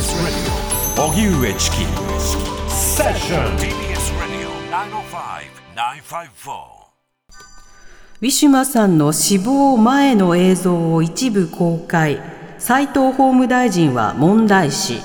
TBS Radio 荻上チキセッション TBS Radio 905-954 ウィシュマさんの死亡前の映像を一部公開。斉藤法務大臣は問題視。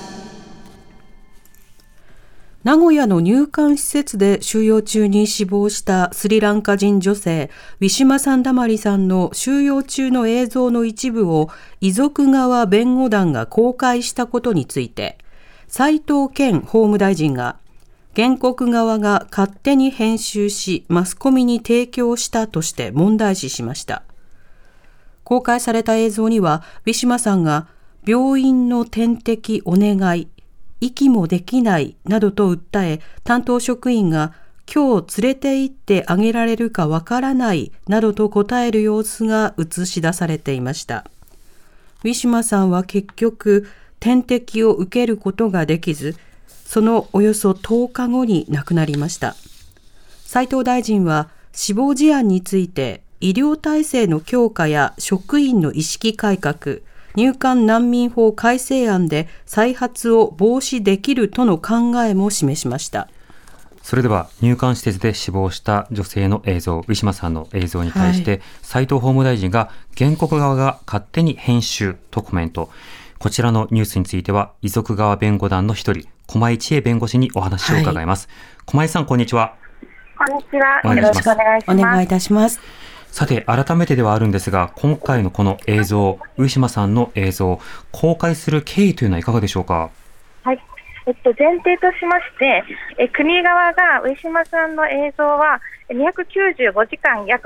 名古屋の入管施設で収容中に死亡したスリランカ人女性ウィシュマ・サンダマリさんの収容中の映像の一部を遺族側弁護団が公開したことについて、斉藤健法務大臣が原告側が勝手に編集しマスコミに提供したとして問題視しました。公開された映像にはウィシュマさんが病院の点滴お願い、息もできないなどと訴え、担当職員が今日連れて行ってあげられるかわからないなどと答える様子が映し出されていました。ウィシュマさんは結局点滴を受けることができず、そのおよそ10日後に亡くなりました。斉藤大臣は死亡事案について医療体制の強化や職員の意識改革、入管難民法改正案で再発を防止できるとの考えも示しました。 それでは入管施設で死亡した女性の映像、ウィシュマさんの映像に対して、斉藤法務大臣が原告側が勝手に編集とコメント。こちらのニュースについては遺族側弁護団の一人、駒井千恵弁護士にお話を伺います。駒井さん、こんにちは。 こんにちは。よろしくお願いします。 お願いいたします。 さて、改めてではあるんですが、今回のこの映像、ウィシュマさんの映像、公開する経緯というのはいかがでしょうか。 はい。前提としまして、国側がウィシュマさんの映像は295時間、約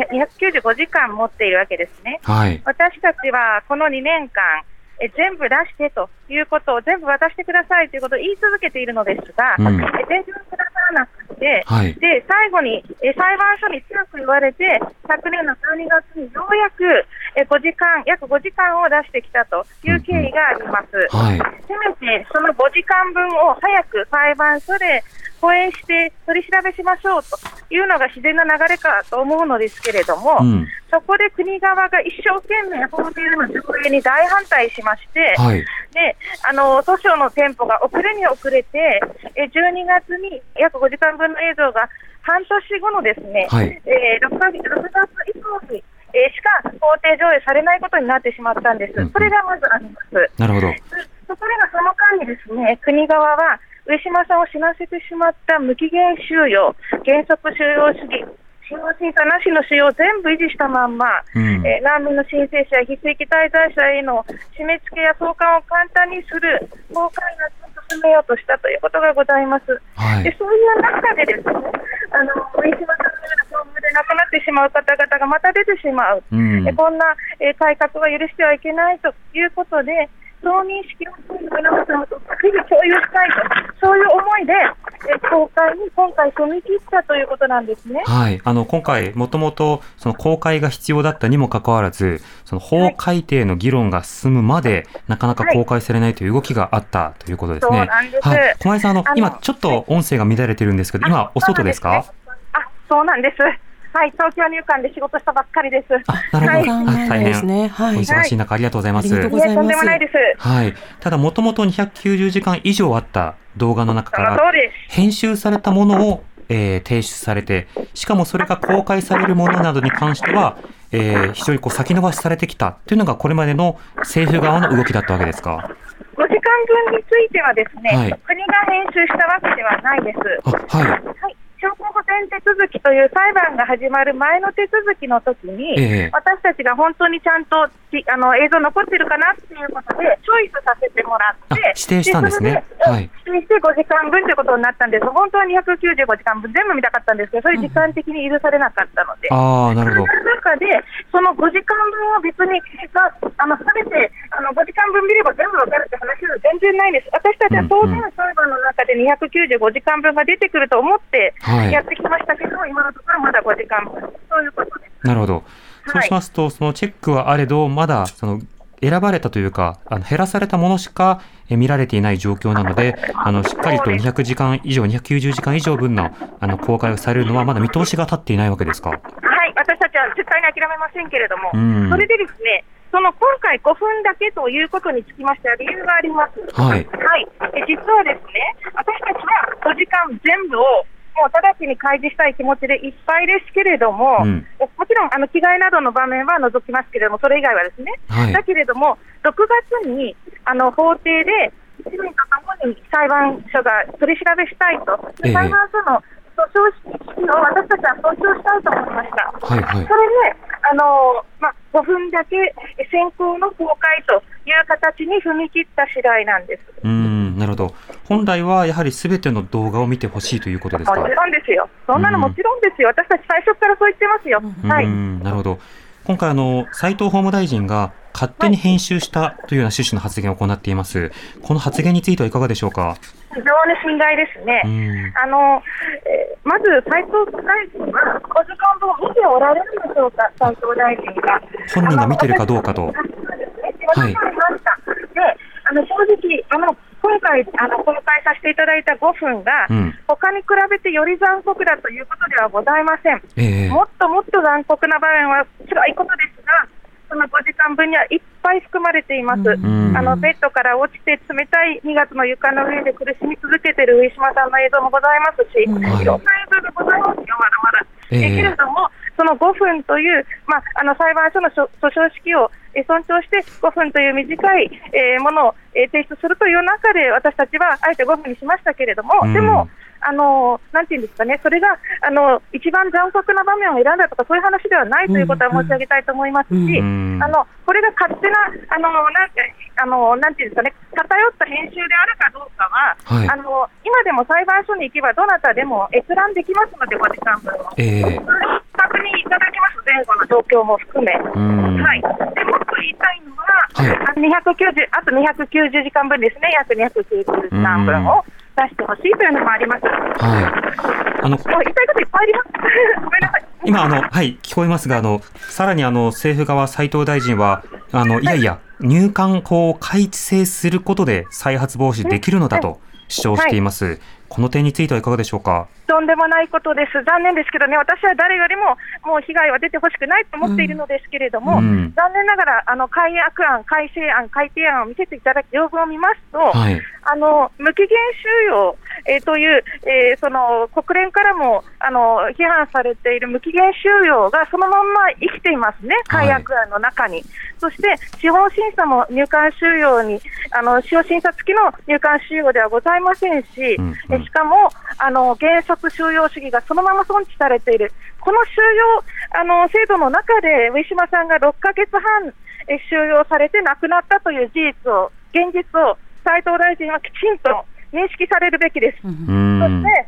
295時間持っているわけですね。 はい。 私たちはこの2年間、全部出してということを、全部渡してくださいということを言い続けているのですが、全然くださらなくて、 はい、 で最後に裁判所に強く言われて、昨年の12月にようやく約5時間を出してきたという経緯があります。 はい、 せめてその5時間分を早く裁判所で講演して取り調べしましょうというのが自然な流れかと思うのですけれども、そこで国側が一生懸命法廷での上映に大反対しまして、 はい、 で訴訟のテンポが遅れに遅れて、12月に約5時間分の映像が半年後のですね、 はい、 6月以降にしか法廷上映されないことになってしまったんです。それがまずあります。 なるほど。 ところがその間にですね、国側はウィシュマさんを死なせてしまった無期限収容、原則収容主義、司法審査なしの収容を全部維持したまんま、難民の申請者や非正規滞在者への締め付けや送還を簡単にする法改革を進めようとしたということがございます。 はい、 でそういう中でですね、ウィシュマさんのような境遇で亡くなってしまう方々がまた出てしまう、こんな改革は許してはいけないということで、そう認識を皆さんと日々共有したいと、そういう思いで公開に今回踏み切ったということなんですね。 はい、今回もともとその公開が必要だったにもかかわらず、その法改定の議論が進むまで、なかなか公開されないという動きがあったということですね。 そうなんです。 はい、駒井さん、今ちょっと音声が乱れてるんですけど、今お外ですか？ そうなんです。はい、東京入管で仕事したばっかりです。 なるほど。大変ですね。はい、 お忙しい中ありがとうございます。 ありがとうございます。 とんでもないです。 はい。ただもともと290時間以上あった動画の中から編集されたものを、提出されて、しかもそれが公開されるものなどに関しては、非常に先延ばしされてきたというのがこれまでの政府側の動きだったわけですか ？5時間分についてはですね、はい、国が編集したわけではないです。 はい。 証拠保全手続きという裁判が始まる前の手続きの時に、私たちが本当にちゃんと映像残ってるかなっていうことでチョイスさせてもらって指定したんですね。 はい、指定して5時間分ということになったんです。本当は295時間分全部見たかったんですけど、それ時間的に許されなかったので、 なるほど。 その中でその5時間分を別に全て5時間分見れば全部わかるって話は全然ないんです。私たちは当然裁判の中で295時間分が出てくると思ってやってきましたけど、今のところまだ5時間分、そういうことです。 なるほど。そうしますと、そのチェックはあれど、まだその選ばれたというか、減らされたものしか見られていない状況なので、しっかりと200時間以上、290時間以上分の公開をされるのはまだ見通しが立っていないわけですか？ はい、私たちは絶対に諦めませんけれども、それでですね、 その今回5分だけということにつきましては理由があります。 はい。 実はですね、私たちは5時間全部をもう直ちに開示したい気持ちでいっぱいですけれども、もちろん着替えなどの場面は除きますけれども、それ以外はですね、だけれども、6月に法廷で市民とともに裁判所が取り調べしたいと、裁判所の訴訟式を私たちは尊重したいと思いました。それで5分だけ先行の公開という形に踏み切った次第なんです。 なるほど。本来はやはりすべての動画を見てほしいということですか。 もちろんですよ。そんなのもちろんですよ。私たち最初からそう言ってますよ。 なるほど。今回斉藤法務大臣が勝手に編集したというような趣旨の発言を行っています。この発言についてはいかがでしょうか。 非常に心外ですね。まず斉藤大臣は5時間分を見ておられるでしょうか。斉藤大臣が本人が見てるかどうかと。 正直今回公開させていただいた5分が、他に比べてより残酷だということではございません。もっともっと残酷な場面は辛いことですが、その5時間分にはいっぱい含まれています。ベッドから落ちて冷たい2月の床の上で苦しみ続けている上島さんの映像もございますし、いろんな映像がございますよ、まだまだ。けれども、その5分という、裁判所の訴訟式を尊重して5分という短いものを提出するという中で、私たちはあえて5分にしましたけれども、でもなんていうんですかね、それが一番残酷な場面を選んだとかそういう話ではないということは申し上げたいと思いますし、これが勝手ななんていうんですかね、偏った編集であるかどうかは、今でも裁判所に行けばどなたでも閲覧できますので、5時間分を、確認いただけます、前後の状況も含め。でもっと言いたいのは、あと290時間分ですね、約290時間分を出してほしいというのもあります。言いたいこといっぱいあります。ごめんなさい。 今聞こえますが、さらに政府側、斉藤大臣は、いやいや、入管法を改正することで再発防止できるのだと主張しています。この点についてはいかがでしょうか。 とんでもないことです。残念ですけどね、私は誰よりももう被害は出てほしくないと思っているのですけれども、残念ながら改悪案、改正案、改定案を見せていただき、条文を見ますと、無期限収容、という、その国連からも批判されている無期限収容がそのまんま生きていますね、改悪案の中に。そして司法審査も入管収容に司法審査付きの入管収容ではございませんし、しかも原則収容主義がそのまま尊重されている、この収容制度の中でウィシュマさんが6ヶ月半収容されて亡くなったという現実を斉藤大臣はきちんと認識されるべきです。そして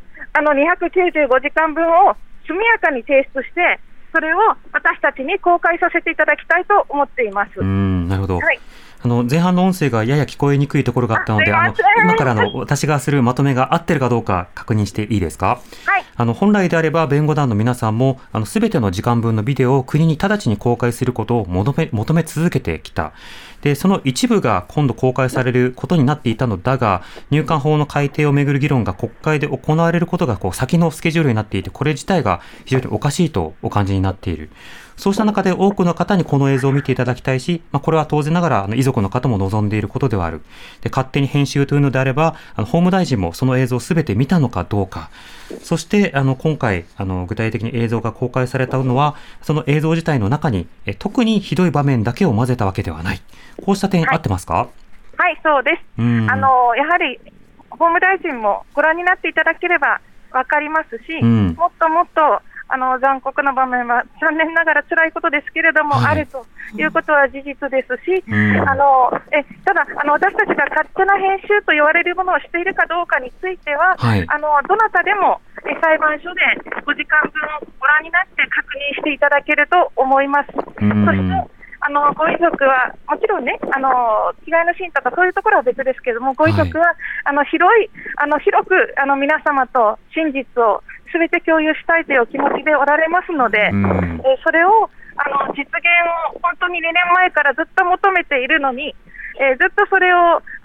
295時間分を速やかに提出して、それを私たちに公開させていただきたいと思っています。 なるほど。前半の音声がやや聞こえにくいところがあったので、今から私がするまとめが合ってるかどうか確認していいですか。本来であれば弁護団の皆さんもすべての時間分のビデオを国に直ちに公開することを求め続けてきた。で、その一部が今度公開されることになっていたのだが、入管法の改定をめぐる議論が国会で行われることが先のスケジュールになっていて、これ自体が非常におかしいとお感じになっている。そうした中で多くの方にこの映像を見ていただきたいし、これは当然ながら遺族の方も望んでいることではある。で、勝手に編集というのであれば、法務大臣もその映像をすべて見たのかどうか。そして今回具体的に映像が公開されたのは、その映像自体の中に特にひどい場面だけを混ぜたわけではない。こうした点合ってますか。 はい、そうです。やはり法務大臣もご覧になっていただければ分かりますし、もっともっと残酷な場面は残念ながら辛いことですけれども、あるということは事実ですし、ただ私たちが勝手な編集と言われるものをしているかどうかについては、どなたでも裁判所で5時間分をご覧になって確認していただけると思います。そしてご遺族はもちろんね、被害のシーンとかそういうところは別ですけれども、ご遺族は広く皆様と真実をすべて共有したいという気持ちでおられますので、それを実現を本当に2年前からずっと求めているのに、ずっとそれを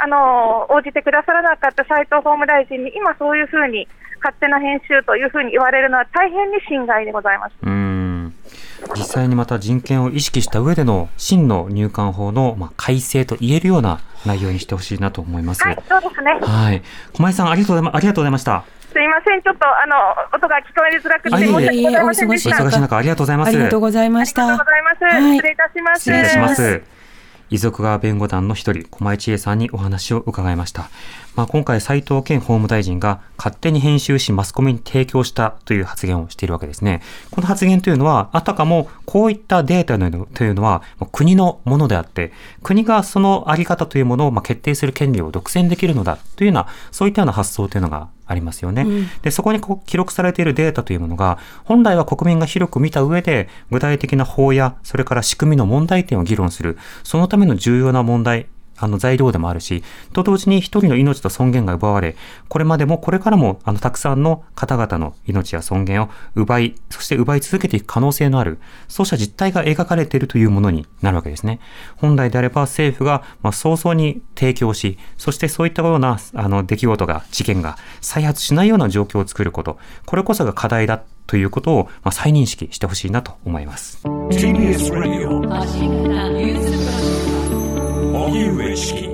応じてくださらなかった斉藤法務大臣に今そういうふうに勝手な編集というふうに言われるのは大変に心外でございます。 実際にまた人権を意識した上での真の入管法の、改正と言えるような内容にしてほしいなと思います。 はい、そうですね。 はい。駒井さんありがとうございました。 すいません、ちょっと音が聞こえづらくて申し訳ございませんでした。 お忙しい中ありがとうございます。 ありがとうございました。 ありがとうございます。失礼いたします。 失礼します。遺族側弁護団の一人、駒井千恵さんにお話を伺いました。今回斉藤健法務大臣が勝手に編集しマスコミに提供したという発言をしているわけですね。この発言というのはあたかもこういったデータというのは国のものであって、国がそのあり方というものを決定する権利を独占できるのだというような、そういったような発想というのがありますよね。で、そこに記録されているデータというものが本来は国民が広く見た上で具体的な法やそれから仕組みの問題点を議論する、そのための重要な問題材料でもあるし、と同時に一人の命と尊厳が奪われ、これまでもこれからもたくさんの方々の命や尊厳をそして奪い続けていく可能性のある、そうした実態が描かれているというものになるわけですね。本来であれば政府が早々に提供し、そしてそういったような出来事が事件が再発しないような状況を作ること、これこそが課題だということを再認識してほしいなと思います。 TBS Radio 荻上チキ